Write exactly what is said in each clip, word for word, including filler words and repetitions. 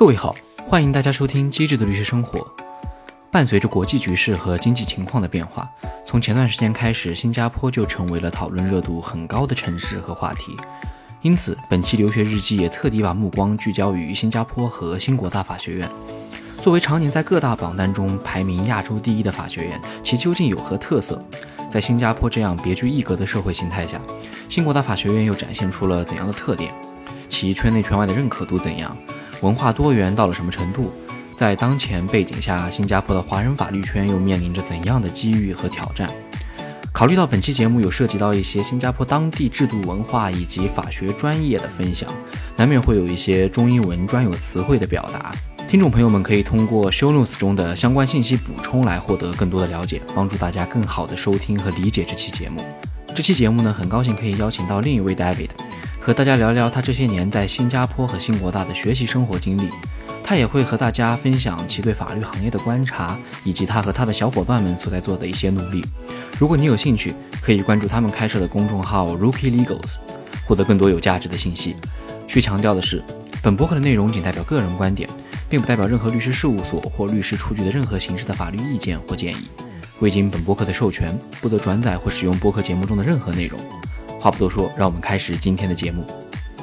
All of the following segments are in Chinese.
各位好，欢迎大家收听机智的律师生活。伴随着国际局势和经济情况的变化，从前段时间开始，新加坡就成为了讨论热度很高的城市和话题。因此，本期留学日记也特地把目光聚焦于新加坡和新国大法学院。作为常年在各大榜单中排名亚洲第一的法学院，其究竟有何特色？在新加坡这样别具一格的社会形态下，新国大法学院又展现出了怎样的特点？其圈内圈外的认可度怎样？文化多元到了什么程度？在当前背景下，新加坡的华人法律圈又面临着怎样的机遇和挑战？考虑到本期节目有涉及到一些新加坡当地制度文化以及法学专业的分享，难免会有一些中英文专有词汇的表达。听众朋友们可以通过 show notes 中的相关信息补充来获得更多的了解，帮助大家更好的收听和理解这期节目。这期节目呢，很高兴可以邀请到另一位 David， 和大家聊聊他这些年在新加坡和新国大的学习生活经历。他也会和大家分享其对法律行业的观察，以及他和他的小伙伴们所在做的一些努力。如果你有兴趣，可以关注他们开设的公众号 Rookie Legals， 获得更多有价值的信息。需强调的是，本播客的内容仅代表个人观点，并不代表任何律师事务所或律师出具的任何形式的法律意见或建议。未经本播客的授权，不得转载或使用播客节目中的任何内容。话不多说，让我们开始今天的节目。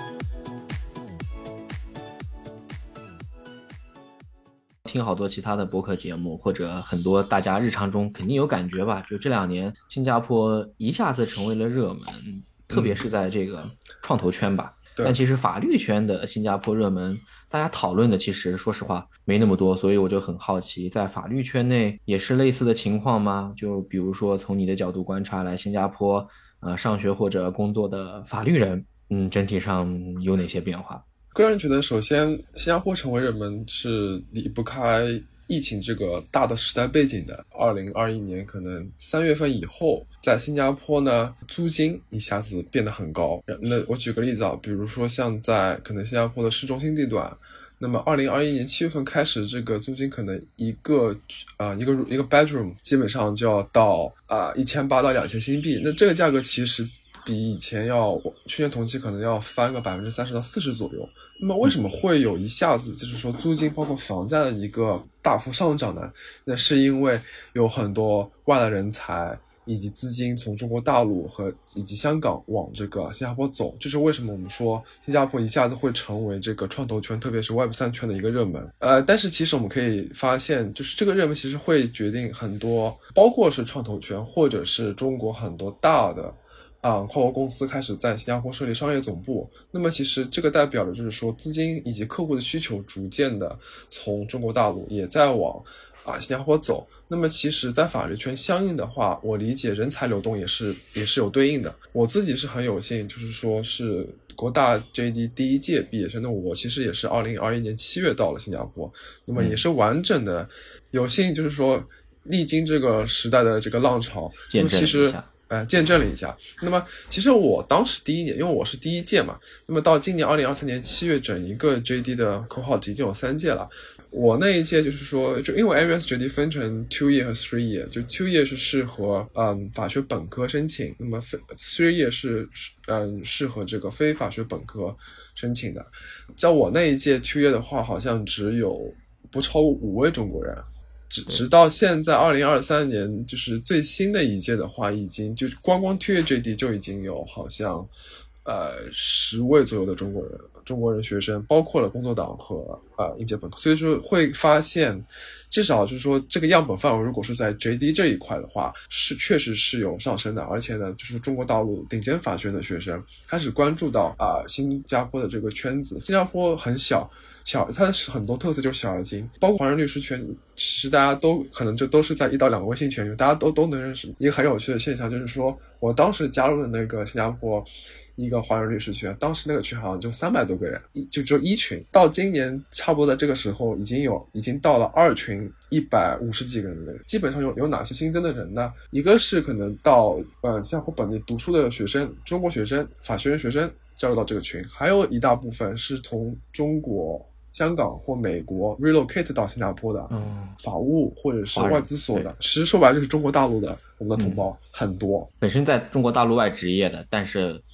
听好多其他的播客节目，或者很多大家日常中肯定有感觉吧，就这两年新加坡一下子成为了热门，特别是在这个创投圈吧。但其实法律圈的新加坡热门，大家讨论的其实说实话没那么多，所以我就很好奇，在法律圈内也是类似的情况吗？就比如说从你的角度观察来，新加坡呃上学或者工作的法律人，嗯，整体上有哪些变化？ 个人觉得，首先新加坡成为热门是离不开疫情这个大的时代背景的。二零二一年可能三月份以后，在新加坡呢，租金一下子变得很高。那我举个例子啊，比如说像在可能新加坡的市中心地段，那么二零二一年七月份开始，这个租金可能一个啊、呃、一个一个 bedroom 基本上就要到啊一千八到两千新币。那这个价格其实比以前要去年同期可能要翻个百分之三十到四十左右。那么为什么会有一下子就是说租金包括房价的一个大幅上涨呢？那是因为有很多外来人才以及资金从中国大陆和以及香港往这个新加坡走，就是为什么我们说新加坡一下子会成为这个创投圈特别是 Web 三 圈的一个热门。呃，但是其实我们可以发现，就是这个热门其实会决定很多，包括是创投圈或者是中国很多大的啊、嗯，跨国公司开始在新加坡设立商业总部。那么其实这个代表的就是说资金以及客户的需求逐渐的从中国大陆也在往啊新加坡走。那么其实在法律圈相应的话，我理解人才流动也是也是有对应的。我自己是很有幸，就是说是国大 J D 第一届毕业生，那我其实也是二零二一年七月到了新加坡，那么也是完整的有幸就是说历经这个时代的这个浪潮。那么其实呃，见证了一下。那么其实我当时第一年，因为我是第一届嘛，那么到今年二零二三年七月，整一个 J D 的 cohort 已经有三届了。我那一届就是说，就因为 M S J D 分成 two year 和 three year， 就 two year 是适合嗯法学本科申请，那么 three year 是嗯适合这个非法学本科申请的。在我那一届 two year 的话，好像只有不超过五位中国人。直直到现在二零二三年，就是最新的一届的话，已经就光光 two year J D 就已经有好像呃十位左右的中国人中国人学生，包括了工作党和呃应届本科。所以说会发现，至少就是说这个样本范围如果是在 J D 这一块的话，是确实是有上升的。而且呢，就是中国大陆顶尖法学院的学生开始关注到啊、呃、新加坡的这个圈子。新加坡很小。小，它是很多特色就是小而精，包括华人律师圈，其实大家都可能就都是在一到两个微信群里面，大家都都能认识。一个很有趣的现象就是说，我当时加入的那个新加坡一个华人律师圈，当时那个群好像就三百多个人，就只有一群。到今年差不多在这个时候，已经有已经到了二群一百五十几个人了。基本上有有哪些新增的人呢？一个是可能到呃新加坡本地读书的学生，中国学生、法学院学生加入到这个群，还有一大部分是从中国。香港或美国 relocate 到新加坡的法务或者是外资所的，其实说白了就是中国大陆的我们的同胞、嗯、很多， 本身在中国大陆外执业的，但是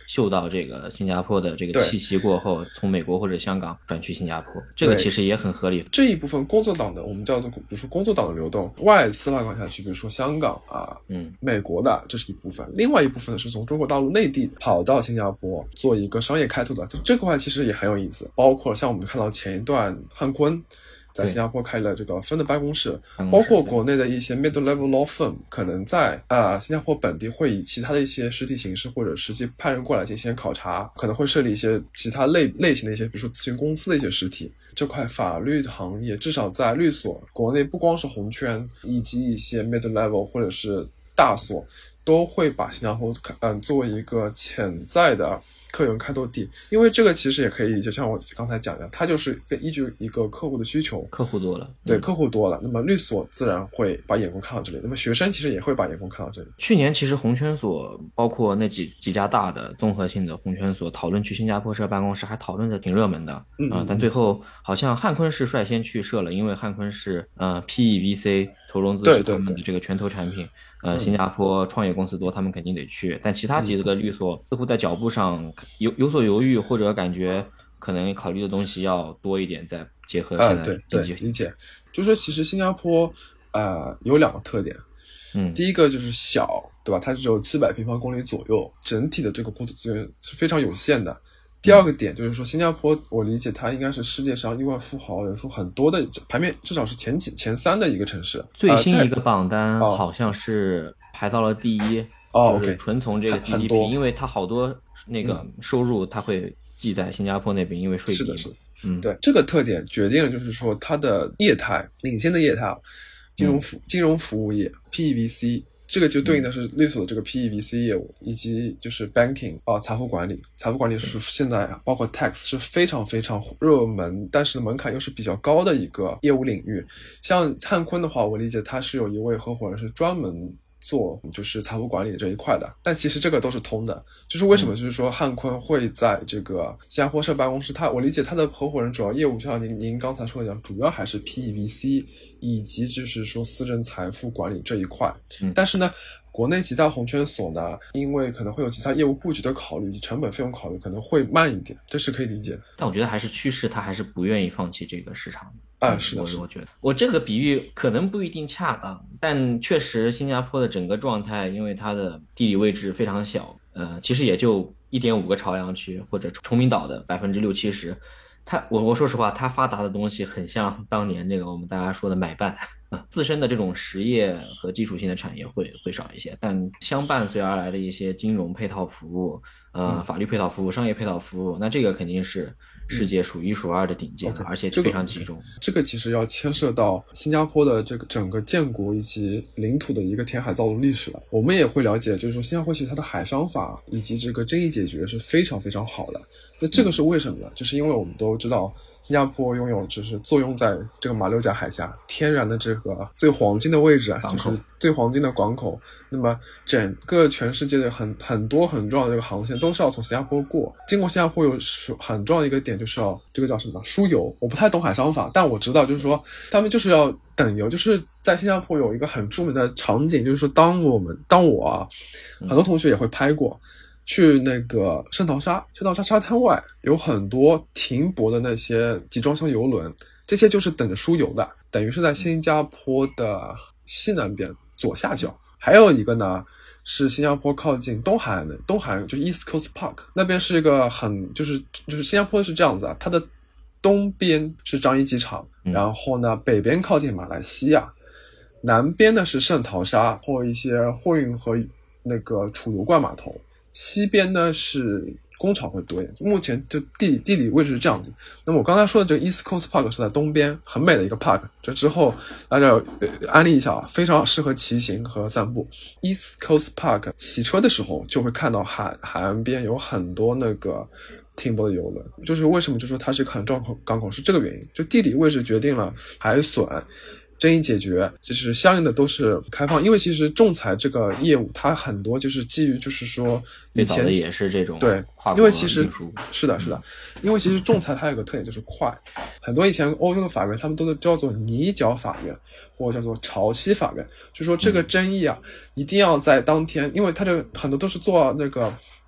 嗅到这个新加坡的这个气息过后，从美国或者香港转去新加坡，这个其实也很合理。 这一部分工作党的我们叫做比如说工作党的流动，外司法管辖区，比如说香港啊、嗯、美国的，这是一部分。另外一部分是从中国大陆内地跑到新加坡做一个商业开拓的，就这块其实也很有意思。包括像我们看到前一段汉坤在新加坡开了这个分的办公室，包括国内的一些 mid-level law firm 可能在啊、呃、新加坡本地会以其他的一些实体形式或者实际派人过来进行考察，可能会设立一些其他类类型的一些比如说咨询公司的一些实体。这块法律行业至少在律所国内不光是红圈以及一些 mid-level 或者是大所都会把新加坡嗯、呃、作为一个潜在的客源开拓地，因为这个其实也可以就像我刚才讲的，它就是依据一个客户的需求， 客户多了， 对、嗯、客户多了，那么律所自然会把眼光看到这里，那么学生其实也会把眼光看到这里。 去年其实红圈所包括那几几家大的综合性的红圈所讨论去新加坡设办公室还讨论的挺热门的，嗯、呃，但最后好像汉坤是率先去设了，因为汉坤是呃 P E V C 投融资是他们的这个拳头产品，对对对呃，新加坡创业公司多，他们肯定得去，但其他几个律所似乎在脚步上有有所犹豫，或者感觉可能考虑的东西要多一点，再结合现在的经济、呃、对对理解。就是说其实新加坡呃有两个特点，嗯，第一个就是小，对吧？它只有七百平方公里左右，整体的这个国土资源是非常有限的。第二个点就是说，新加坡我理解它应该是世界上亿万富豪人数很多的排面，至少是前几前三的一个城市。 最新一个榜单好像是排到了第一， 哦， 就是纯从这个 G D P， 因为它好多那个收入它会记在新加坡那边，因为税低。 是的，是的，嗯，对，这个特点决定了就是说它的业态领先的业态，金融服、嗯、金融服务业 P E V C。这个就对应的是律所的这个 P E V C 业务，以及就是 banking 啊、呃，财富管理。财富管理是现在包括 tax 是非常非常热门，但是门槛又是比较高的一个业务领域。像汉坤的话，我理解他是有一位合伙人是专门做就是财务管理这一块的，但其实这个都是通的。就是为什么就是说汉坤会在这个新加坡设办公室，他我理解他的合伙人主要业务就像您您刚才说的一样，主要还是 P E V C 以及就是说私人财富管理这一块。嗯，但是呢国内其他红圈所呢，因为可能会有其他业务布局的考虑以及成本费用考虑，可能会慢一点，这是可以理解的。 但我觉得还是趋势，他还是不愿意放弃这个市场的。 啊，是的， 我我觉得我这个比喻可能不一定恰当，但确实新加坡的整个状态，因为它的地理位置非常小，呃，其实也就 一点五 个朝阳区或者崇明岛的百分之六七十。它我我说实话，它发达的东西很像当年这个我们大家说的买办，自身的这种实业和基础性的产业会会少一些，但相伴随而来的一些金融配套服务、呃法律配套服务、商业配套服务，那这个肯定是世界数一数二的顶尖，嗯、而且非常集中、 这个。这个其实要牵涉到新加坡的这个整个建国以及领土的一个填海造陆历史了。我们也会了解，就是说新加坡其实它的海商法以及这个争议解决是非常非常好的。那这个是为什么呢？就是因为我们都知道新加坡拥有就是作用在这个马六甲海峡天然的这个最黄金的位置啊，就是最黄金的港口。那么整个全世界的很很多很重要的这个航线都是要从新加坡过，经过新加坡有很重要的一个点就是要这个叫什么输油。我不太懂海商法，但我知道就是说他们就是要等油，就是在新加坡有一个很著名的场景，就是说当我们当我啊很多同学也会拍过。去那个圣淘沙圣淘沙沙滩外有很多停泊的那些集装箱邮轮，这些就是等着输油的，等于是在新加坡的西南边左下角。还有一个呢是新加坡靠近东海岸的东海岸，就是 East Coast Park 那边是一个很就是就是新加坡是这样子啊，它的东边是樟宜机场，然后呢北边靠近马来西亚，南边呢是圣淘沙或一些货运和那个储油罐码头，西边呢是工厂会多一点。目前就地地理位置是这样子。那么我刚才说的这个 East Coast Park 是在东边，很美的一个 park。这之后大家呃安利一下啊，非常适合骑行和散步。East Coast Park 骑车的时候就会看到海海岸边有很多那个停泊的邮轮，就是为什么就说它是个很重要港口是这个原因，就地理位置决定了海损。争议解决就是相应的都是开放，因为其实仲裁这个业务它很多就是基于就是说以前的也是这种对，因为其实是的是的，因为其实仲裁它有个特点就是快，很多以前欧洲的法院他们都叫做拟角法院或者叫做潮汐法院，就是说这个争议啊、嗯、一定要在当天，因为它这很多都是做那个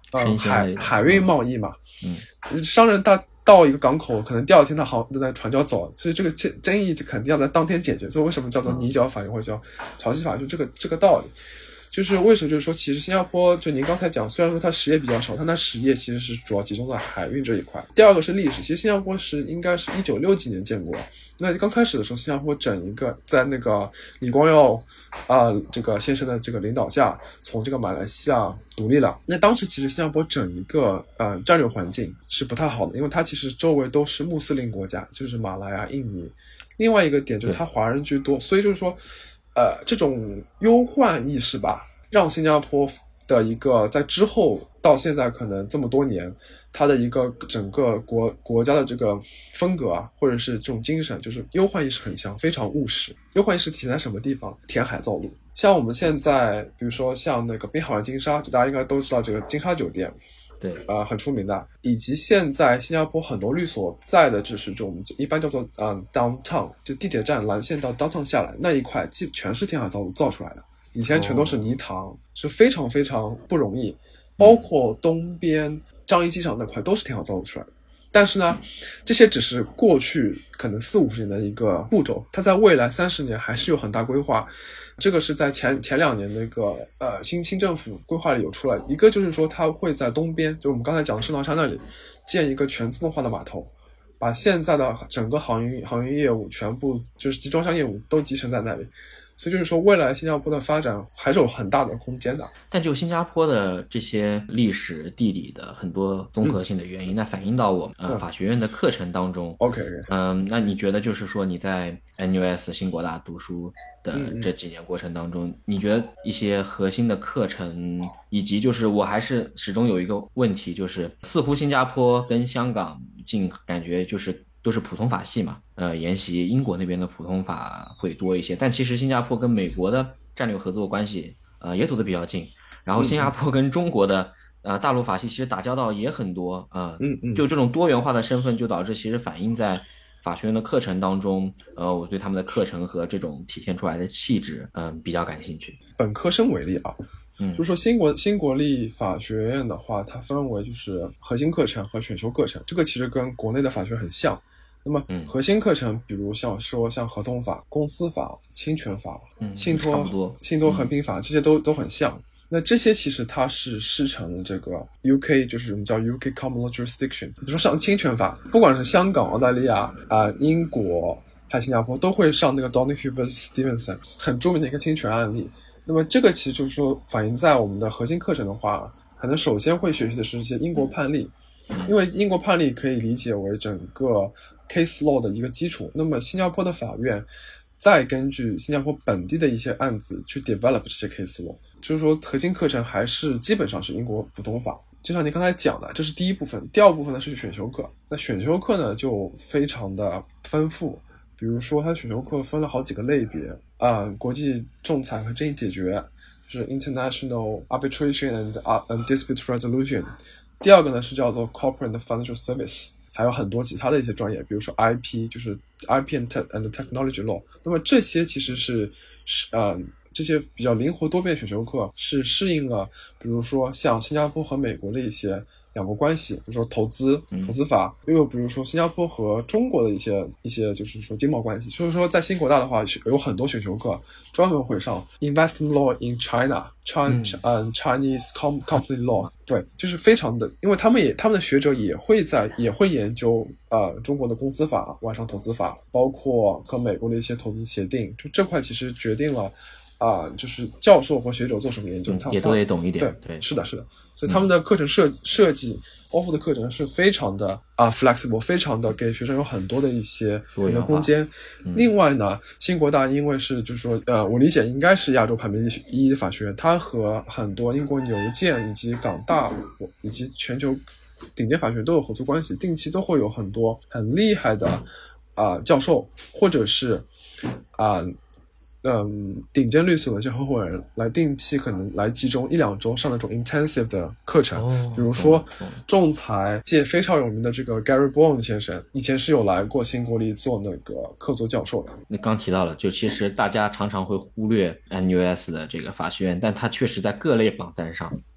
呃海海运贸易嘛， 嗯， 商人到到一个港口，可能第二天他好那船就要走，所以这个争争议就肯定要在当天解决。所以为什么叫做拟脚法院或者叫潮汐法，就这个这个道理。就是为什么就是说，其实新加坡就您刚才讲，虽然说它实业比较少，但它实业其实是主要集中在海运这一块。第二个是历史，其实新加坡是应该是一九六几年建国。那刚开始的时候，新加坡整一个在那个李光耀啊、呃、这个先生的这个领导下，从这个马来西亚独立了。那当时其实新加坡整一个呃战略环境是不太好的，因为它其实周围都是穆斯林国家，就是马来啊、印尼。另外一个点就是它华人居多，所以就是说。呃，这种忧患意识吧，让新加坡的一个在之后到现在可能这么多年，它的一个整个国国家的这个风格啊，或者是这种精神，就是忧患意识很强，非常务实。忧患意识体现在什么地方？填海造陆。像我们现在，比如说像那个滨海湾金沙，大家应该都知道这个金沙酒店。 对， 呃，很出名的，以及现在新加坡很多律所在的就是这种一般叫做嗯、呃、downtown， 就地铁站蓝线到 downtown 下来那一块，基全是填海造陆造出来的，以前全都是泥塘，哦、是非常非常不容易。包括东边樟宜机场那块都是填海造陆出来的。但是呢，这些只是过去可能四五十年的一个步骤，它在未来三十年还是有很大规划。这个是在前前两年那个呃新新政府规划里有出来，一个就是说它会在东边，就我们刚才讲的圣淘沙那里建一个全自动化的码头，把现在的整个航运航运业务全部就是集装箱业务都集成在那里。所以就是说，未来新加坡的发展还是有很大的空间的。 但就新加坡的这些历史、地理的很多综合性的原因，嗯、那反映到我们、呃嗯、法学院的课程当中。 OK， 嗯，那你觉得就是说你在 N U S 新国大读书的这几年过程当中，嗯、你觉得一些核心的课程，以及就是我还是始终有一个问题，就是似乎新加坡跟香港近感觉就是都是普通法系嘛，呃，沿袭英国那边的普通法会多一些，但其实新加坡跟美国的战略合作关系，呃，也走得比较近。然后新加坡跟中国的呃大陆法系其实打交道也很多，呃， 嗯嗯， 就这种多元化的身份，就导致其实反映在法学院的课程当中，呃，我对他们的课程和这种体现出来的气质，嗯、呃，比较感兴趣。 本科生为例啊。 嗯， 就是说新国新国立法学院的话，它分为就是核心课程和选修课程，这个其实跟国内的法学很像。那么核心课程，比如像说像合同法、公司法、侵权法、 嗯、 信托、信托衡平法，这些都都很像。那这些其实它是师承这个 U K， 就是我们叫 U K Common Law Jurisdiction。比如说上侵权法，不管是香港、澳大利亚啊、呃、英国还有新加坡，都会上那个 Donoghue versus Stevenson， 很著名的一个侵权案例。那么这个其实就是说反映在我们的核心课程的话，可能首先会学习的是一些英国判例。因为英国判例可以理解为整个 case law 的一个基础，那么新加坡的法院再根据新加坡本地的一些案子去 develop 这些 case law， 就是说核心课程还是基本上是英国普通法。就像你刚才讲的，这是第一部分。第二部分呢是选修课，那选修课呢就非常的丰富，比如说它选修课分了好几个类别啊、呃，国际仲裁和争议解决，就是 international arbitration and, uh, and dispute resolution。第二个呢是叫做 corporate and financial service， 还有很多其他的一些专业，比如说 I P， 就是 I P and, te- and technology law。那么这些其实是呃这些比较灵活多变的选修课是适应了，比如说像新加坡和美国的一些两国关系，比如说投资、投资法，又比如说新加坡和中国的一些一些就是说经贸关系。所以说在新国大的话，有很多选修课专门会上 investment law in China、China、嗯、Chinese company law， 对，就是非常的，因为他们也他们的学者也会在也会研究呃中国的公司法、外商投资法，包括和美国的一些投资协定，就这块其实决定了。啊、呃，就是教授和学者做什么研究， 嗯、 他也都得懂一点。 对，对是的，是的。所以他们的课程设、嗯、设计 offer 的课程是非常的啊、呃、flexible， 非常的给学生有很多的一些的空间。嗯、另外呢，新国大因为是就是说呃，我理解应该是亚洲排名第一的法学院，它和很多英国牛剑以及港大以及全球顶尖法学院都有合作关系，定期都会有很多很厉害的啊、呃、教授或者是啊。呃嗯，顶尖律所的一些合伙人来定期可能来集中一两周上那种 intensive 的课程，哦、比如说仲裁界非常有名的这个 Gary Bowen 先生，以前是有来过新国立做那个客座教授的。 你刚提到了，就其实大家常常会忽略 N U S 的这个法学院，但它确实在各类榜单上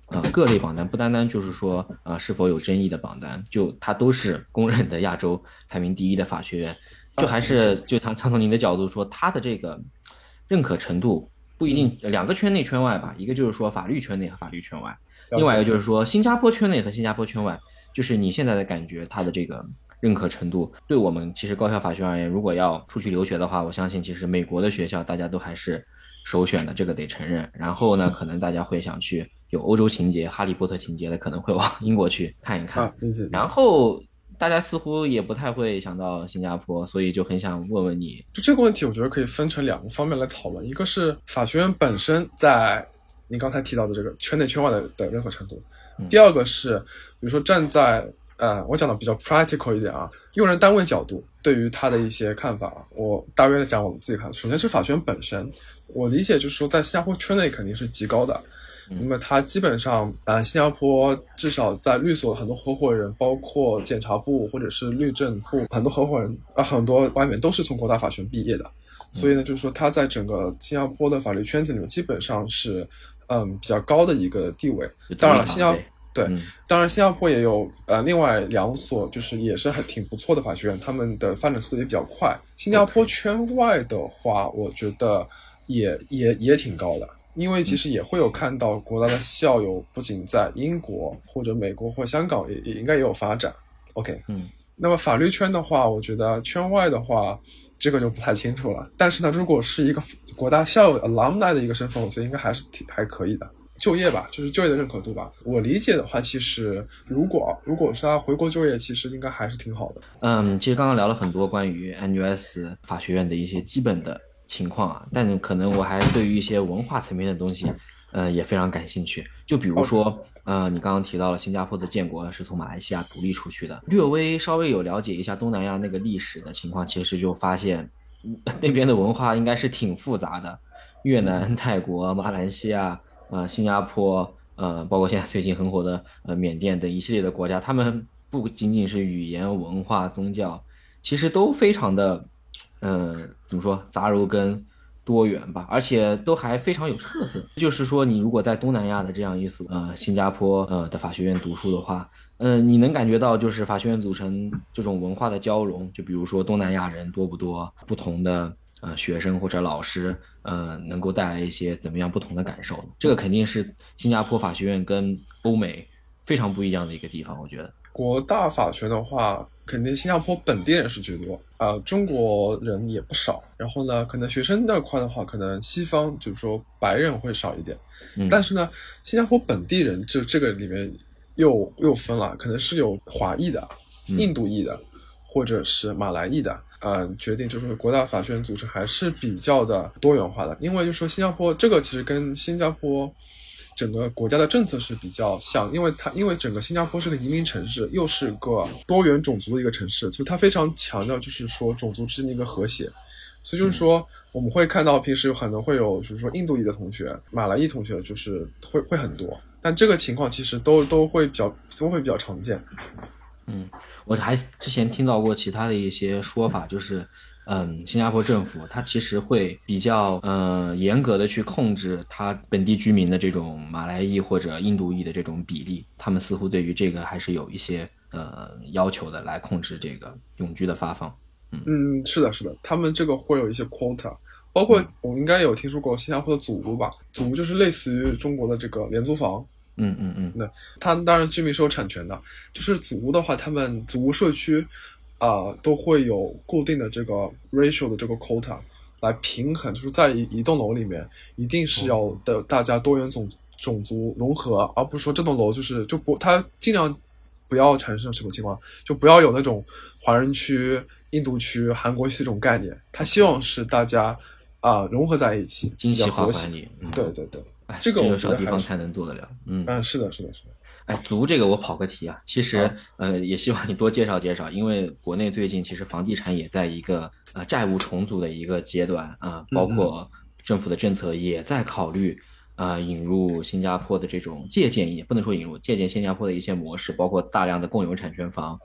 呃各类榜单，不单单就是说呃是否有争议的榜单，就它都是公认的亚洲排名第一的法学院。就还是就从从您的角度说，它的这个认可程度不一定两个圈内圈外吧，一个就是说法律圈内和法律圈外，另外一个就是说新加坡圈内和新加坡圈外，就是你现在的感觉它的这个认可程度，对我们其实高校法学而言，如果要出去留学的话，我相信其实美国的学校大家都还是首选的，这个得承认。然后呢，可能大家会想去有欧洲情节、哈利波特情节的，可能会往英国去看一看。 啊、理解理解。 然后大家似乎也不太会想到新加坡，所以就很想问问你， 就这个问题，我觉得可以分成两个方面来讨论，一个是法学院本身在你刚才提到的这个圈内圈外的的认可程度，第二个是比如说站在呃，我讲的比较 practical 一点啊，用人单位角度对于他的一些看法，我大约的讲我们自己看。首先是法学院本身，我理解就是说在新加坡圈内肯定是极高的。那么它基本上呃，新加坡至少在律所很多合伙人，包括检察部或者是律政部很多合伙人啊、呃，很多外面都是从国大法学院毕业的，所以呢，就是说它在整个新加坡的法律圈子里面基本上是嗯比较高的一个地位。当然了，新加坡对、嗯，当然新加坡也有呃另外两所就是也是还挺不错的法学院，他们的发展速度也比较快。新加坡圈外的话，我觉得也也也挺高的。因为其实也会有看到国大的校友不仅在英国或者美国或香港也也应该也有发展。 OK， 嗯，那么法律圈的话，我觉得圈外的话这个就不太清楚了，但是呢，如果是一个国大校友 alumni 的一个身份，我觉得应该还是挺还可以的。就业吧，就是就业的认可度吧，我理解的话，其实如果如果是他回国就业，其实应该还是挺好的。 嗯，其实刚刚聊了很多关于 N U S 法学院的一些基本的情况啊，但可能我还对于一些文化层面的东西，呃，也非常感兴趣。就比如说， okay. 呃，你刚刚提到了新加坡的建国是从马来西亚独立出去的，略微稍微有了解一下东南亚那个历史的情况，其实就发现那边的文化应该是挺复杂的。越南、泰国、马来西亚、呃，新加坡，呃，包括现在最近很火的呃缅甸等一系列的国家，他们不仅仅是语言、文化、宗教，其实都非常的。呃，怎么说，杂糅跟多元吧，而且都还非常有特色。就是说，你如果在东南亚的这样一所呃新加坡呃的法学院读书的话，呃，你能感觉到就是法学院组成这种文化的交融，就比如说东南亚人多不多，不同的呃学生或者老师呃能够带来一些怎么样不同的感受，这个肯定是新加坡法学院跟欧美非常不一样的一个地方，我觉得。 国大法学的话，肯定新加坡本地人是居多，呃，中国人也不少。然后呢，可能学生那块的话，可能西方就是说白人会少一点。嗯、但是呢，新加坡本地人这这个里面又又分了，可能是有华裔的、印度裔的，嗯、或者是马来裔的。呃，决定就是国大法学院组成还是比较的多元化的，因为就说新加坡这个其实跟新加坡整个国家的政策是比较像，因为它因为整个新加坡是个移民城市，又是个多元种族的一个城市，所以它非常强调就是说种族之间的一个和谐。所以就是说我们会看到平时可能会有就是说印度裔的同学、马来裔同学，就是会会很多，但这个情况其实都都会比较都会比较常见。 嗯，我还之前听到过其他的一些说法，就是嗯，新加坡政府它其实会比较呃严格的去控制它本地居民的这种马来裔或者印度裔的这种比例，他们似乎对于这个还是有一些呃要求的，来控制这个永居的发放。 嗯, 嗯，是的，是的，他们这个会有一些 quota， 包括我应该有听说过新加坡的祖屋吧，祖屋就是类似于中国的这个廉租房。 嗯嗯嗯， 那它当然居民是有产权的，就是祖屋的话，他们祖屋社区。啊、呃，都会有固定的这个 ratio 的这个 quota 来平衡，就是在一一栋楼里面，一定是要的大家多元种种族融合，而不是说这栋楼就是就不，它尽量不要产生什么情况，就不要有那种华人区、印度区、韩国区这种概念，它希望是大家啊、呃、融合在一起， 精细化管理。嗯、 对对对，这个我觉得还是小地方才能做得了。嗯嗯，是的，是的，是的。 哎，族这个我跑个题啊，其实、啊、呃也希望你多介绍介绍，因为国内最近其实房地产也在一个呃债务重组的一个阶段啊、呃，包括政府的政策也在考虑啊、呃、引入新加坡的这种借鉴，也不能说引入借鉴新加坡的一些模式，包括大量的共有产权房啊、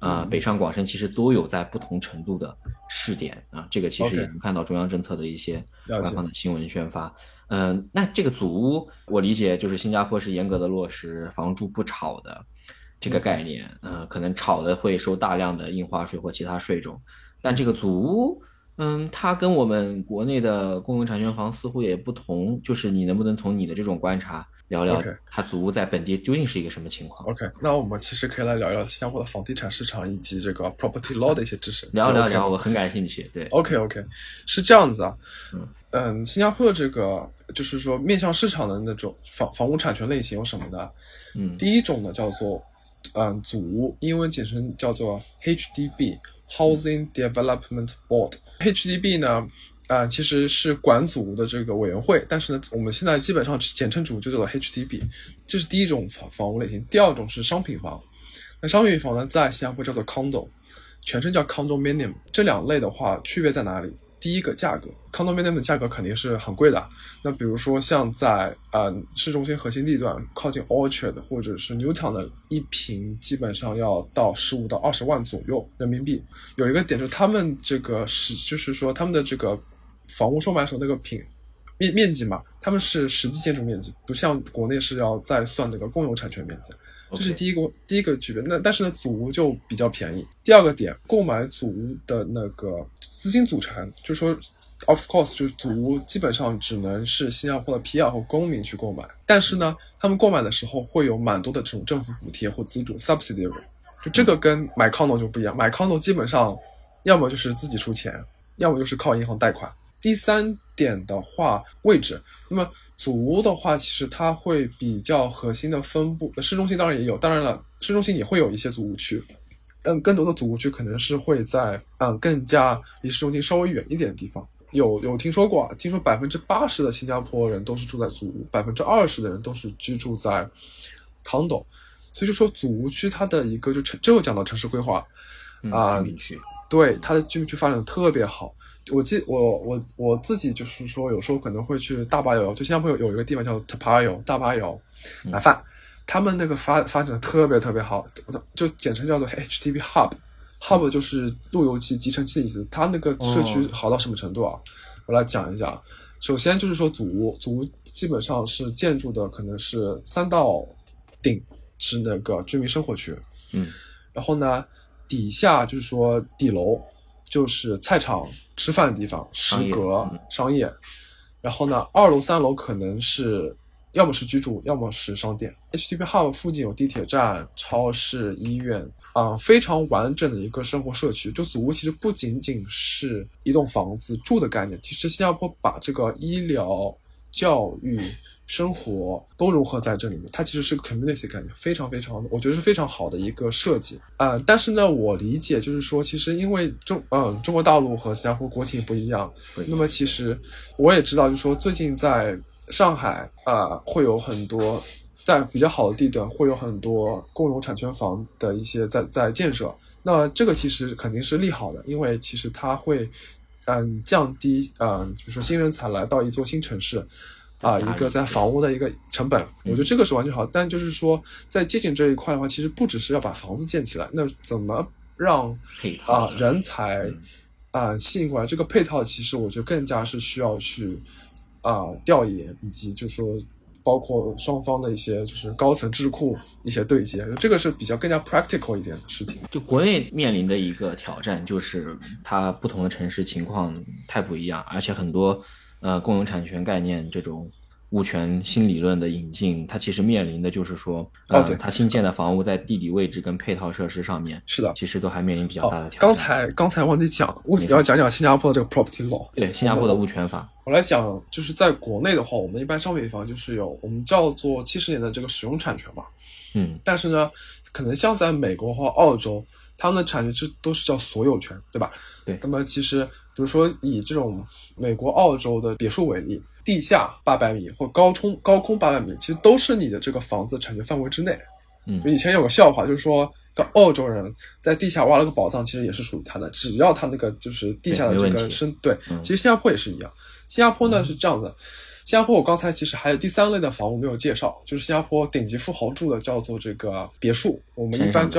啊、呃，北上广深其实都有在不同程度的试点啊，这个其实也能看到中央政策的一些官方的新闻宣发。嗯、呃，那这个祖屋，我理解就是新加坡是严格的落实房住不炒的这个概念，嗯、呃，可能炒的会收大量的印花税或其他税种，但这个祖屋。嗯，它跟我们国内的公有产权房似乎也不同，就是你能不能从你的这种观察聊聊它祖屋在本地究竟是一个什么情况 ？OK， 那我们其实可以来聊一聊新加坡的房地产市场以及这个 property law 的一些知识。 聊聊聊，我很感兴趣。对 ，OK OK， 是这样子啊，嗯嗯，新加坡的这个就是说面向市场的那种房房屋产权类型有什么呢？ 嗯， 第一种呢叫做嗯祖屋，英文简称叫做 H D B。Housing Development Board，H D B 呢，啊、呃，其实是管祖屋的这个委员会，但是呢，我们现在基本上简称祖屋就叫做 H D B， 这是第一种房房屋类型。第二种是商品房，那商品房呢，在新加坡叫做 Condo， 全称叫 Condominium。这两类的话，区别在哪里？第一个价格 ，Condominium 的价格肯定是很贵的。那比如说像在呃市中心核心地段，靠近 Orchard 或者是 Newtown 的一平，基本上要到十五到二十万左右人民币。有一个点就是他们这个是，就是说他们的这个房屋售卖时候那个平面面积嘛，他们是实际建筑面积，不像国内是要再算那个共有产权面积。这是第一个、okay. 第一个区别。那但是呢，祖屋就比较便宜。第二个点，购买祖屋的那个资金组成，就是说 ，of course， 就是祖屋基本上只能是新加坡的 P R 或公民去购买。但是呢，他们购买的时候会有蛮多的这种政府补贴或资助 （subsidiary）。就这个跟买 condo 就不一样，买 condo 基本上要么就是自己出钱，要么就是靠银行贷款。第三点的话，位置。那么祖屋的话，其实它会比较核心的分布，市中心当然也有，当然了，市中心也会有一些祖屋区，但更多的祖屋区可能是会在嗯更加离市中心稍微远一点的地方。有有听说过，听说百分之八十的新加坡人都是住在祖屋，百分之二十的人都是居住在 condo， 所以就说祖屋区它的一个就城，这又讲到城市规划啊、嗯呃，对它的居民区发展的特别好。我记我我我自己就是说，有时候可能会去大巴窑，就新加坡有有一个地方叫 Toa Payoh 大巴窑买饭、嗯，他们那个发发展的特别特别好，就简称叫做 H D B Hub，Hub 就是路由器、集成器的意思。它那个社区好到什么程度啊？哦、我来讲一讲。首先就是说祖屋，祖屋基本上是建筑的可能是三到顶是那个居民生活区， 嗯， 然后呢底下就是说底楼。就是菜场、吃饭的地方、食阁、商业，然后呢，二楼、三楼可能是要么是居住，要么是商店。H D B Hub 附近有地铁站、超市、医院啊、呃，非常完整的一个生活社区。就祖屋其实不仅仅是一栋房子住的概念，其实新加坡把这个医疗、教育、生活都融合在这里面，它其实是个 community 概念，非常非常，我觉得是非常好的一个设计啊、呃。但是呢，我理解就是说，其实因为中嗯、呃、中国大陆和新加坡国情不一样，那么其实我也知道，就是说最近在上海啊、呃、会有很多在比较好的地段会有很多共有产权房的一些在在建设，那这个其实肯定是利好的，因为其实它会嗯降低嗯比如说新人才来到一座新城市。啊，一个在房屋的一个成本，我觉得这个是完全好。但就是说，在接近这一块的话，其实不只是要把房子建起来，那怎么让啊人才啊吸引过来？这个配套其实我觉得更加是需要去啊调研，以及就是说包括双方的一些就是高层智库一些对接，这个是比较更加 practical 一点的事情。 就国内面临的一个挑战就是它不同的城市情况太不一样，而且很多。呃，共有产权概念这种物权新理论的引进，它其实面临的就是说，呃， 哦、对它新建的房屋在地理位置跟配套设施上面， 是的， 其实都还面临比较大的挑战。 哦、刚才刚才忘记讲，我要讲讲新加坡的这个 property law， 对，新加坡的物权法。 我来讲，就是在国内的话，我们一般商品房就是有我们叫做七十年的这个使用产权嘛， 嗯， 但是呢，可能像在美国或澳洲，他们的产权这都是叫所有权，对吧？ 对。 那么其实，比如说以这种美国、澳洲的别墅为例，地下八百米或高冲高空八百米，其实都是你的这个房子产权范围之内。 嗯， 以前有个笑话，就是说，个澳洲人在地下挖了个宝藏，其实也是属于他的，只要他那个就是地下的这个深，对， 嗯、 其实新加坡也是一样。新加坡呢、嗯、是这样的，新加坡我刚才其实还有第三类的房屋没有介绍，就是新加坡顶级富豪住的叫做这个别墅，我们一般叫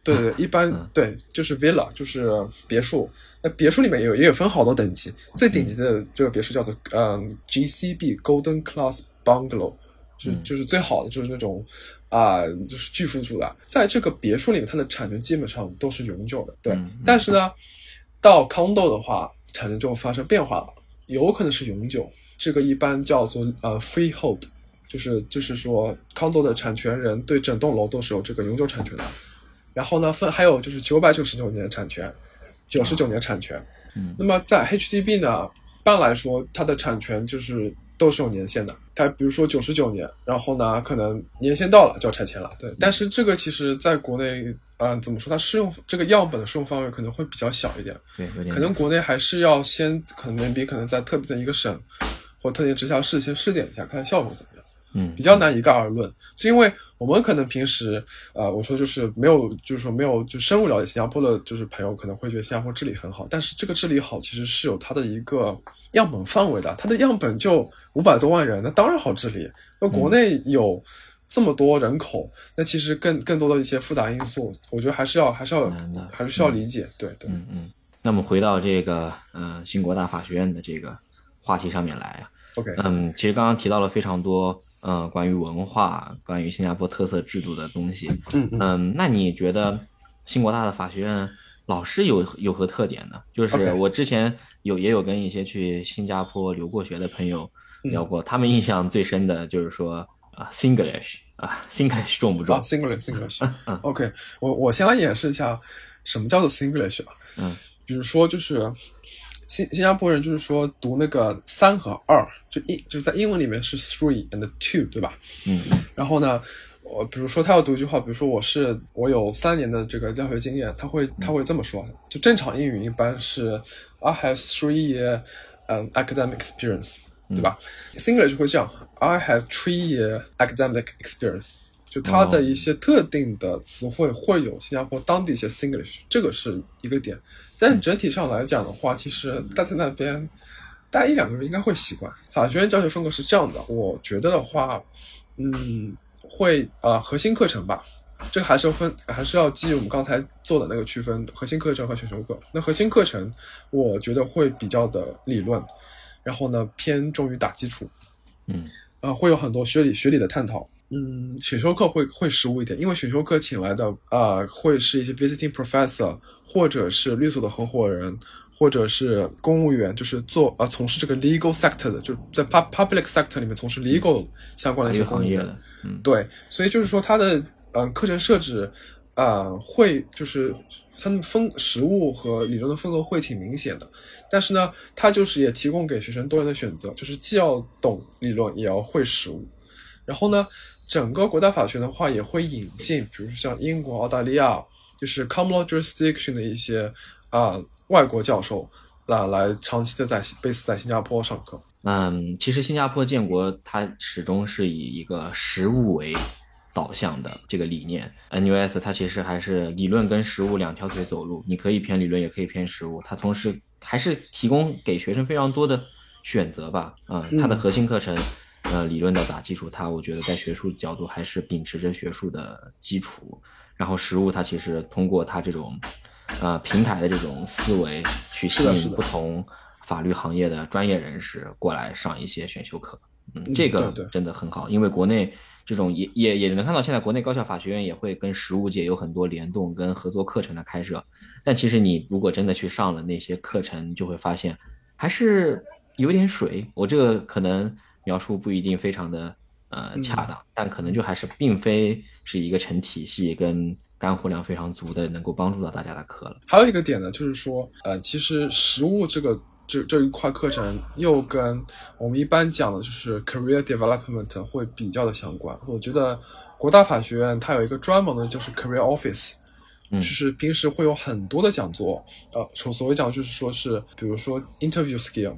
对对，一般、嗯、对就是 villa 就是别墅。那别墅里面也有也有分好多等级，最顶级的这个别墅叫做嗯 G C B Golden Class Bungalow， 就、嗯、就是最好的，就是那种啊、呃、就是巨富住的。在这个别墅里面，它的产权基本上都是永久的，对。嗯、但是呢，到 condo 的话，产权就发生变化了，有可能是永久，这个一般叫做呃 freehold。就是就是说 condo 的产权人对整栋楼都是有这个永久产权的，然后呢分还有就是九百九十九年产权，九十九年产权、嗯、那么在 H D B 呢，一般来说它的产权就是都是有年限的，它比如说九十九年，然后呢可能年限到了就要拆迁了，对。但是这个其实在国内嗯、呃，怎么说，它适用这个样本的适用范围可能会比较小一点， 对，有点可能国内还是要先可能比可能在特别的一个省或特别直辖市先试点一下，看效果怎么样。 嗯， 比较难一概而论，是因为我们可能平时，呃，我说就是没有，就是说没有就深入了解新加坡的，就是朋友可能会觉得新加坡治理很好，但是这个治理好其实是有它的一个样本范围的，它的样本就五百多万人，那当然好治理。那国内有这么多人口，嗯、那其实更更多的一些复杂因素，我觉得还是要还是要还是需要理解，嗯、对对。 嗯嗯。那么回到这个呃新国大法学院的这个话题上面来啊。 OK， 嗯，其实刚刚提到了非常多，呃，关于文化、关于新加坡特色制度的东西。 嗯嗯， 嗯，那你觉得新国大的法学院老师有有何特点呢？就是我之前有也有跟一些去新加坡留过学的朋友聊过，嗯、他们印象最深的就是说啊 ，Singlish 啊 ，Singlish 重不重？ 啊 ，Singlish Singlish。嗯 OK， 我我先来演示一下什么叫做 Singlish 吧。 嗯， 比如说就是新新加坡人就是说读那个三和二。就英就是在英文里面是 three and two， 对吧？ 嗯。 然后呢，我比如说他要读一句话，比如说我是我有三年的这个教学经验，他会他会这么说。就正常英语一般是 I have three year um academic experience， 对吧？嗯、Singlish 会这样 I have three year academic experience， 就它的一些特定的词汇会有新加坡当地一些 Singlish， 这个是一个点。但整体上来讲的话，其实待在那边。待一两个月应该会习惯。法学院教学风格是这样的，我觉得的话，嗯，会啊、呃、核心课程吧，这个还是要分，还是要基于我们刚才做的那个区分，核心课程和选修课。那核心课程，我觉得会比较的理论，然后呢偏重于打基础， 嗯， 啊、呃、会有很多学理学理的探讨。嗯，选修课会会实务一点，因为选修课请来的啊、呃、会是一些 visiting professor 或者是律所的合伙人。或者是公务员，就是做呃从事这个 legal sector 的，就是在 public sector 里面从事 legal 相关的一些行业的，嗯， 对，所以就是说它的呃课程设置啊、呃、会就是它的分实务和理论的风格会挺明显的，但是呢，它就是也提供给学生多元的选择，就是既要懂理论也要会实务，然后呢，整个国大法学的话也会引进，比如说像英国、澳大利亚，就是 common law jurisdiction 的一些。啊、呃，外国教授啊来长期的在 base 在新加坡上课。 嗯，其实新加坡建国它始终是以一个实务为导向的这个理念。N U S 它其实还是理论跟实务两条腿走路，你可以偏理论，也可以偏实务。它同时还是提供给学生非常多的选择吧。啊、呃，它的核心课程，呃，理论的打基础，它我觉得在学术角度还是秉持着学术的基础，然后实务它其实通过它这种。呃，平台的这种思维去吸引不同法律行业的专业人士过来上一些选修课，嗯，这个真的很好，因为国内这种也也也能看到，现在国内高校法学院也会跟实务界有很多联动跟合作课程的开设，但其实你如果真的去上了那些课程，你就会发现还是有点水。我这个可能描述不一定非常的呃恰当，嗯、但可能就还是并非是一个成体系跟干货量非常足的能够帮助到大家的课了。 还有一个点呢，就是说呃其实实务这个这这一块课程又跟我们一般讲的就是 career development 会比较的相关。我觉得国大法学院它有一个专门的就是 career office，嗯，就是平时会有很多的讲座，呃所谓讲就是说是比如说 interview skill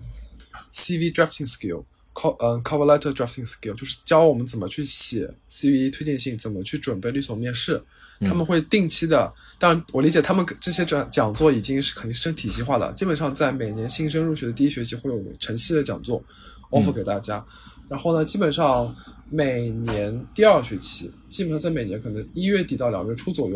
C V drafting skill Uh, cover letter drafting skill， 就是教我们怎么去写 C V 推荐信，怎么去准备律所面试。他们会定期的，当然我理解他们这些讲讲座已经是肯定是成体系化的，基本上在每年新生入学的第一学期会有成系的讲座 offer 给大家。嗯、然后呢，基本上每年第二学期，基本上在每年可能一月底到两月初左右，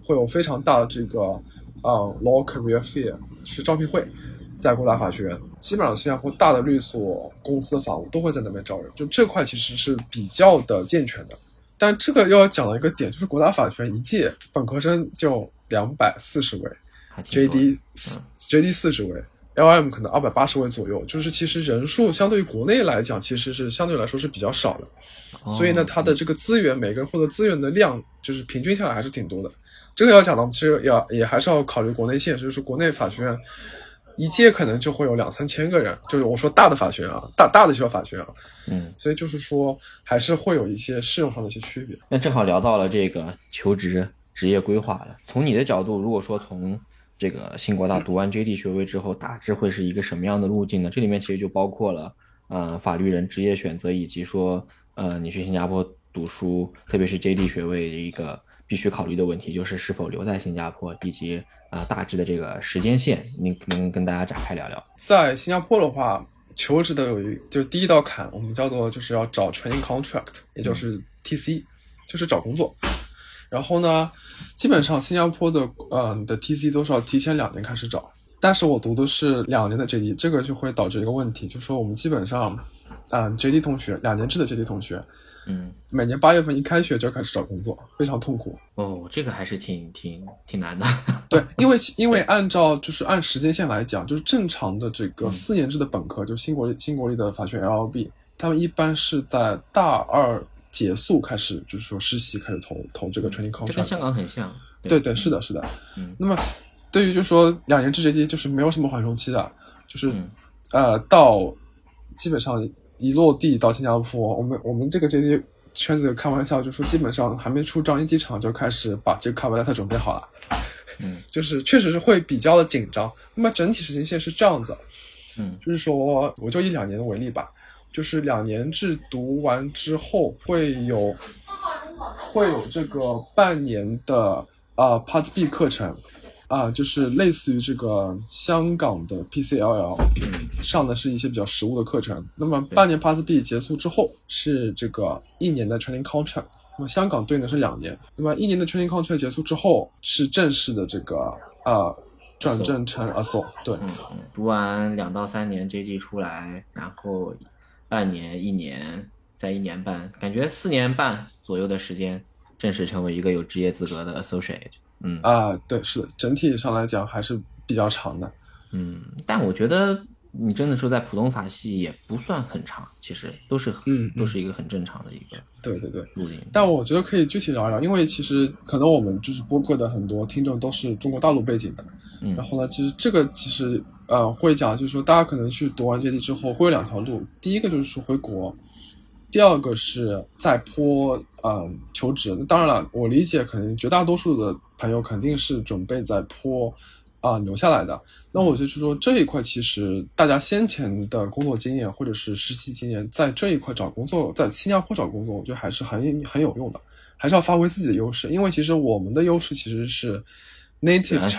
会有非常大的这个呃 Law Career Fair， 是招聘会，在国大法学院，基本上新加坡大的律所公司的法务都会在那边招人，就这块其实是比较的健全的。但这个又要讲到一个点，就是国大法学院一届本科生就两百四十位 ，J D、嗯、J D 四十位。L M 可能二百八十位左右，就是其实人数相对于国内来讲，其实是相对来说是比较少的，哦、所以呢，它的这个资源，每个人获得资源的量，就是平均下来还是挺多的。这个要讲到，其实要也还是要考虑国内现实，就是国内法学院一届可能就会有两三千个人，就是我说大的法学院啊，大大的学校法学院啊，嗯，所以就是说还是会有一些适用上的一些区别。 那正好聊到了这个求职职业规划了，从你的角度，如果说从这个新国大读完 J D 学位之后，大致会是一个什么样的路径呢？这里面其实就包括了呃法律人职业选择，以及说呃你去新加坡读书，特别是 J D 学位的一个必须考虑的问题，就是是否留在新加坡，以及呃大致的这个时间线，您能跟大家展开聊聊？ 在新加坡的话，求职的有一就第一道坎，我们叫做就是要找 training contract， 也就是 T C，、嗯、就是找工作。然后呢，基本上新加坡的呃的 T C 都是要提前两年开始找，但是我读的是两年的 J D， 这个就会导致一个问题，就是说我们基本上，嗯、呃、，J D 同学两年制的 J D 同学，嗯，每年八月份一开学就开始找工作，非常痛苦。 哦，这个还是挺挺挺难的。 对，因为因为按照就是按时间线来讲，就是正常的这个四年制的本科，嗯、就新国立新国立的法学院 L L B， 他们一般是在大二结束开始，就是说实习开始投投这个 training contract，、嗯、 这跟香港很像。 对 对, 对，是的，是的。嗯，那么对于就是说两年制 J D 就是没有什么缓冲期的，就是、嗯、呃到基本上一落地到新加坡，我们我们这个 J D 圈子开玩笑，就说基本上还没出樟宜机场就开始把这个 cover letter 准备好了。嗯，就是确实是会比较的紧张。那么整体时间线是这样子，嗯，就是说我就以两年为例吧。就是两年制读完之后会有会有这个半年的呃 Part B 课程啊、呃，就是类似于这个香港的 P C L L 上的是一些比较实务的课程。那么半年 Part B 结束之后是这个一年的 Training Contract， 那么香港对应的是两年。那么一年的 Training Contract 结束之后是正式的这个呃转正成 A S O。 对， 嗯嗯，读完两到三年 J D 出来，然后半年、一年，再一年半，感觉四年半左右的时间，正式成为一个有职业资格的 associate。嗯啊，对，是的，整体上来讲还是比较长的。 嗯，但我觉得你真的说在普通法系也不算很长，其实都是嗯都是一个很正常的一个对对对路径。 但我觉得可以具体聊一聊，因为其实可能我们就是播客的很多听众都是中国大陆背景的，嗯，然后呢，其实这个其实。呃，会讲就是说，大家可能去读完 J D 之后会有两条路，第一个就是说回国，第二个是在坡呃求职。那当然了，我理解可能绝大多数的朋友肯定是准备在坡啊、呃、留下来的。那我觉得就是说这一块其实大家先前的工作经验或者是实习经验，在这一块找工作，在新加坡找工作，我觉得还是很很有用的，还是要发挥自己的优势，因为其实我们的优势其实是 native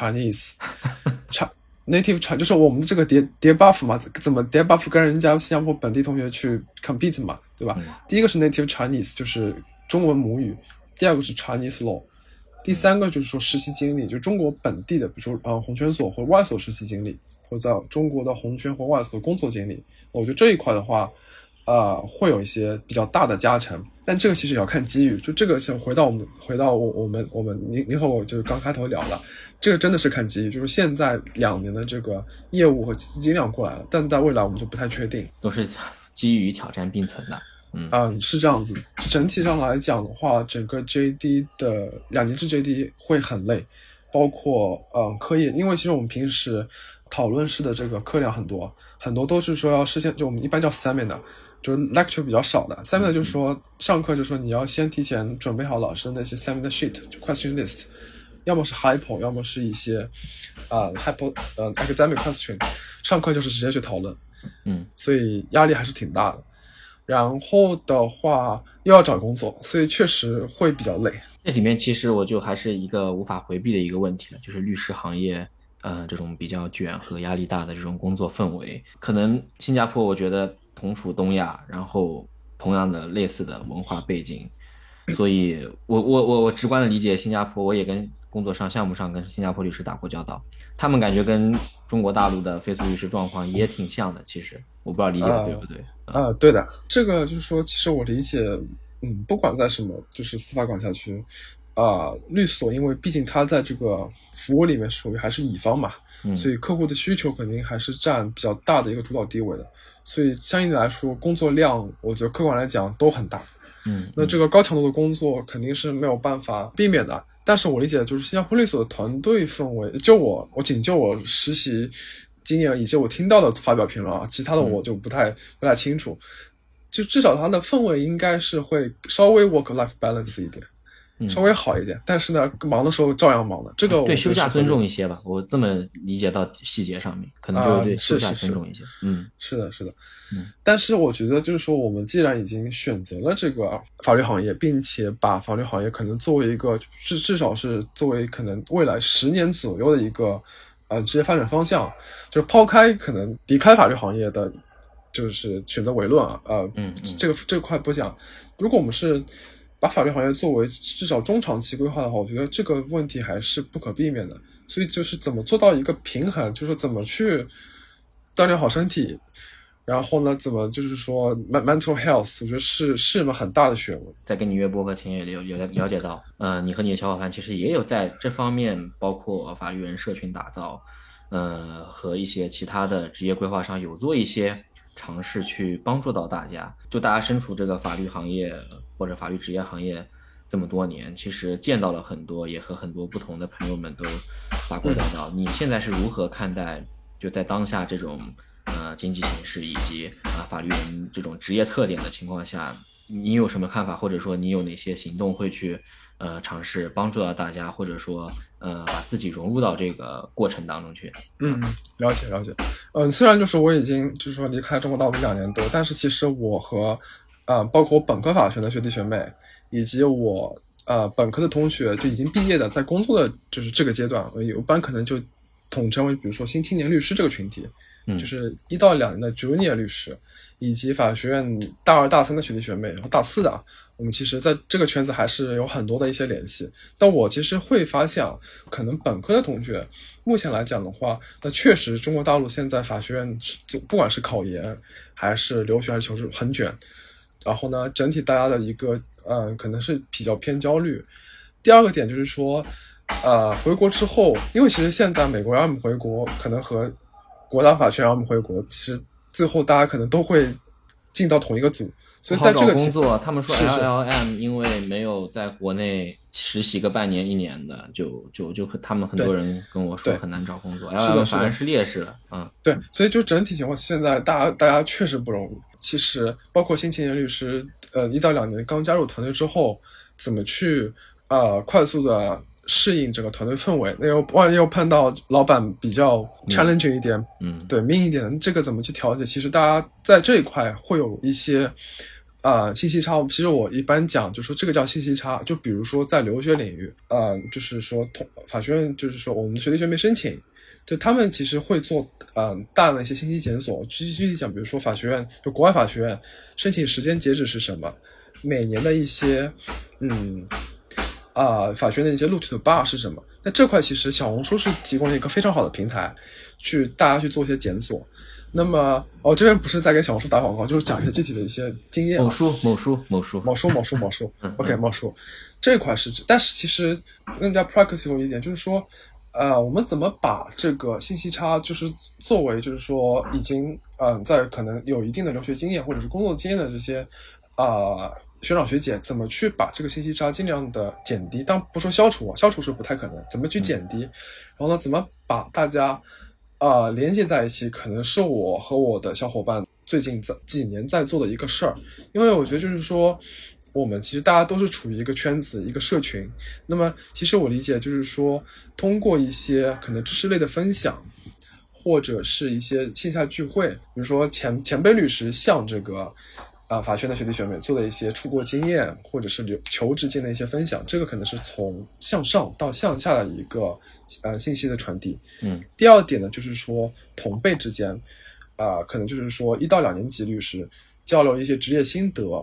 Chinese。native Chinese 就是我们这个叠叠 buff 嘛，怎么叠 buff 跟人家新加坡本地同学去 compete 嘛，对吧？嗯、第一个是 native Chinese， 就是中文母语；第二个是 Chinese law； 第三个就是说实习经历，就是中国本地的，比如说呃红圈所或外所实习经历，或者在中国的红圈或外所工作经历。我觉得这一块的话，呃，会有一些比较大的加成，但这个其实也要看机遇。就这个，像回到我们回到我我们我们您您和我就是刚开头聊的。这个真的是看机遇，就是现在两年的这个业务和资金量过来了，但在未来我们就不太确定， 都是机遇挑战并存的。嗯啊、呃，是这样子。整体上来讲的话，整个 J D 的两年制 J D 会很累，包括呃课业，因为其实我们平时讨论式的这个课量很多，很多都是说要事先，就我们一般叫 seminar， 就是 lecture 比较少的。seminar 就是说上课就是说你要先提前准备好老师的那些 seminar sheet， 就 question list。要么是 hypo， 要么是一些啊、呃、hypo 呃 academic question， 上课就是直接去讨论，嗯，所以压力还是挺大的。然后的话又要找工作，所以确实会比较累。 这里面其实我就还是一个无法回避的一个问题了，就是律师行业呃这种比较卷和压力大的这种工作氛围，可能新加坡我觉得同处东亚，然后同样的类似的文化背景。 所以我我我我直观的理解新加坡，我也跟工作上项目上跟新加坡律师打过交道，他们感觉跟中国大陆的非诉律师状况也挺像的。其实我不知道理解的对不对？ 啊、呃呃，对的，这个就是说，其实我理解，嗯，不管在什么就是司法管辖区，啊、呃，律所因为毕竟他在这个服务里面属于还是乙方嘛， 嗯， 所以客户的需求肯定还是占比较大的一个主导地位的，所以相应的来说，工作量我觉得客观来讲都很大。 嗯， 那这个高强度的工作肯定是没有办法避免的，但是我理解就是新加坡律所的团队氛围，就我我仅就我实习经验以及我听到的发表评论啊，其他的我就不太、嗯、不太清楚，就至少它的氛围应该是会稍微 work life balance 一点。稍微好一点，但是呢，忙的时候照样忙的。这个我对休假尊重一些吧，我这么理解到细节上面，可能就是对休假尊重一些。 啊、是是是嗯， 是的，是的。 嗯， 但是我觉得就是说，我们既然已经选择了这个法律行业，并且把法律行业可能作为一个至至少是作为可能未来十年左右的一个呃职业发展方向，就是抛开可能离开法律行业的，就是选择为论啊，呃， 嗯嗯这个这块不讲。如果我们是把法律行业作为至少中长期规划的话，我觉得这个问题还是不可避免的。所以就是怎么做到一个平衡，就是怎么去锻炼好身体，然后呢，怎么就是说 mental health， 我觉得是是一门很大的学问。 在跟你约播客前也有有了解到，呃，你和你的小伙伴其实也有在这方面，包括法律人社群打造，呃，和一些其他的职业规划上有做一些尝试去帮助到大家。就大家身处这个法律行业或者法律职业行业这么多年，其实见到了很多，也和很多不同的朋友们都打过交道。你现在是如何看待就在当下这种呃经济形势以及啊、呃、法律人这种职业特点的情况下，你有什么看法，或者说你有哪些行动会去呃尝试帮助到大家，或者说呃把自己融入到这个过程当中去？ 嗯，了解了解。嗯、呃，虽然就是我已经就是说离开中国大陆两年多，但是其实我和啊、呃、包括我本科法学的学弟学妹，以及我呃本科的同学就已经毕业的，在工作的就是这个阶段，我一般可能就统称为比如说新青年律师这个群体， 嗯， 就是一到两年的 junior 律师，以及法学院大二大三的学弟学妹，然后大四的，我们其实在这个圈子还是有很多的一些联系。但我其实会发现，可能本科的同学目前来讲的话，那确实中国大陆现在法学院不管是考研还是留学还是求职很卷，然后呢，整体大家的一个呃可能是比较偏焦虑。第二个点就是说，呃，回国之后，因为其实现在美国让我们回国，可能和国大法学让我们回国，其实最后大家可能都会进到同一个组，所以在这个工作，他们说 L L M 因为没有在国内实习个半年一年的，就就就他们很多人跟我说很难找工作 ，L L M 反而是劣势了，嗯， 对，所以就整体情况，现在大家大家确实不容易。其实包括新青年律师，呃，一到两年刚加入团队之后，怎么去呃快速的适应整个团队氛围，那又万一又碰到老板比较 challenging 一点， 嗯， 对，命一点，这个怎么去调节？其实大家在这一块会有一些啊、呃、信息差。其实我一般讲，就说这个叫信息差。就比如说在留学领域，呃，就是说同法学院，就是说我们的学弟学妹申请，就他们其实会做呃大量的一些信息检索。具体具体讲，比如说法学院，就国外法学院申请时间截止是什么，每年的一些嗯。啊、呃，法学院的一些录取的 bar 是什么？那这块其实小红书是提供了一个非常好的平台，去大家去做一些检索。那么，我、哦、这边不是在给小红书打广告，就是讲一些具体的一些经验、啊。 某书、某书、某书、 某书、某书、某书。OK， 某书这一块是指，但是其实更加 practical 一点，就是说，呃，我们怎么把这个信息差，就是作为就是说已经嗯、呃、在可能有一定的留学经验或者是工作经验的这些啊。呃学长学姐怎么去把这个信息差尽量的减低，当不说消除啊，消除是不太可能，怎么去减低，然后呢，怎么把大家啊、呃、连接在一起，可能是我和我的小伙伴最近在几年在做的一个事儿。因为我觉得就是说，我们其实大家都是处于一个圈子一个社群，那么其实我理解就是说，通过一些可能知识类的分享，或者是一些线下聚会，比如说前前辈律师向这个啊、呃，法学院的学弟学妹做的一些出国经验，或者是留求职经的一些分享，这个可能是从向上到向下的一个呃信息的传递。 嗯， 第二点呢，就是说同辈之间，啊、呃，可能就是说一到两年级律师交流一些职业心得，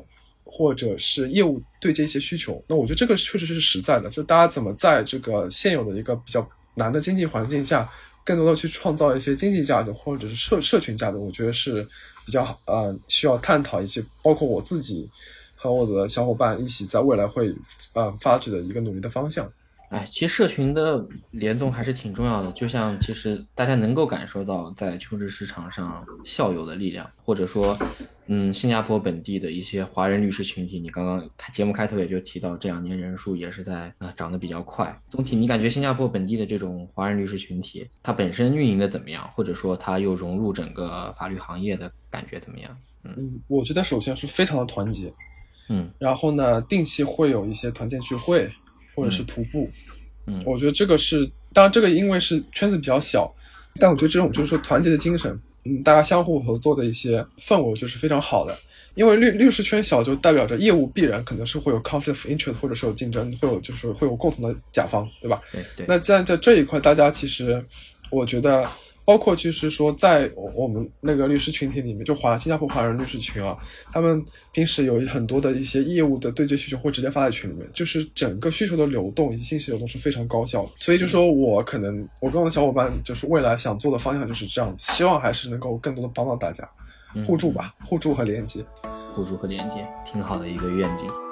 或者是业务对接一些需求。那我觉得这个确实是实在的，就大家怎么在这个现有的一个比较难的经济环境下，更多的去创造一些经济价值或者是社社群价值，我觉得是比较呃需要探讨一些，包括我自己和我的小伙伴一起在未来会呃发掘的一个努力的方向。 哎，其实社群的联动还是挺重要的，就像其实大家能够感受到在求职市场上校友的力量，或者说嗯，新加坡本地的一些华人律师群体，你刚刚节目开头也就提到这两年人数也是在啊、呃、涨得比较快。总体你感觉新加坡本地的这种华人律师群体它本身运营的怎么样，或者说它又融入整个法律行业的感觉怎么样？嗯， 嗯我觉得首先是非常的团结， 嗯， 然后呢定期会有一些团建聚会或者是徒步， 嗯， 我觉得这个是，当然这个因为是圈子比较小，但我觉得这种就是说团结的精神，嗯，大家相互合作的一些氛围就是非常好的。因为律律师圈小，就代表着业务必然可能是会有 conflict of interest， 或者是有竞争，会有就是会有共同的甲方，对吧？ 对对。 那在在这一块，大家其实我觉得。包括就是说在我们那个律师群体里面，就华新加坡华人律师群啊，他们平时有很多的一些业务的对接需求会直接发在群里面，就是整个需求的流动以及信息流动是非常高效的。所以就说我可能我跟我的小伙伴就是未来想做的方向就是这样，希望还是能够更多的帮到大家，互助吧，互助和连接， 互助和连接，挺好的一个愿景。